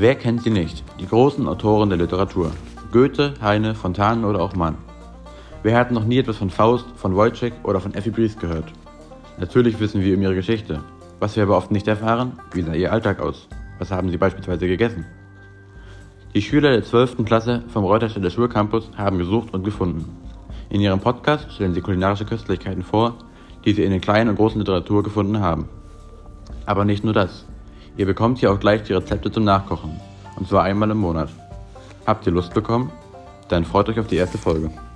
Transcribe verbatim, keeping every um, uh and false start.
Wer kennt sie nicht? Die großen Autoren der Literatur. Goethe, Heine, Fontane oder auch Mann. Wer hat noch nie etwas von Faust, von Woyzeck oder von Effi Briest gehört? Natürlich wissen wir um ihre Geschichte. Was wir aber oft nicht erfahren, wie sah ihr Alltag aus? Was haben sie beispielsweise gegessen? Die Schüler der zwölften Klasse vom Reuterstädter Schulcampus haben gesucht und gefunden. In ihrem Podcast stellen sie kulinarische Köstlichkeiten vor, die sie in der kleinen und großen Literatur gefunden haben. Aber nicht nur das. Ihr bekommt hier auch gleich die Rezepte zum Nachkochen. Und zwar einmal im Monat. Habt ihr Lust bekommen? Dann freut euch auf die erste Folge.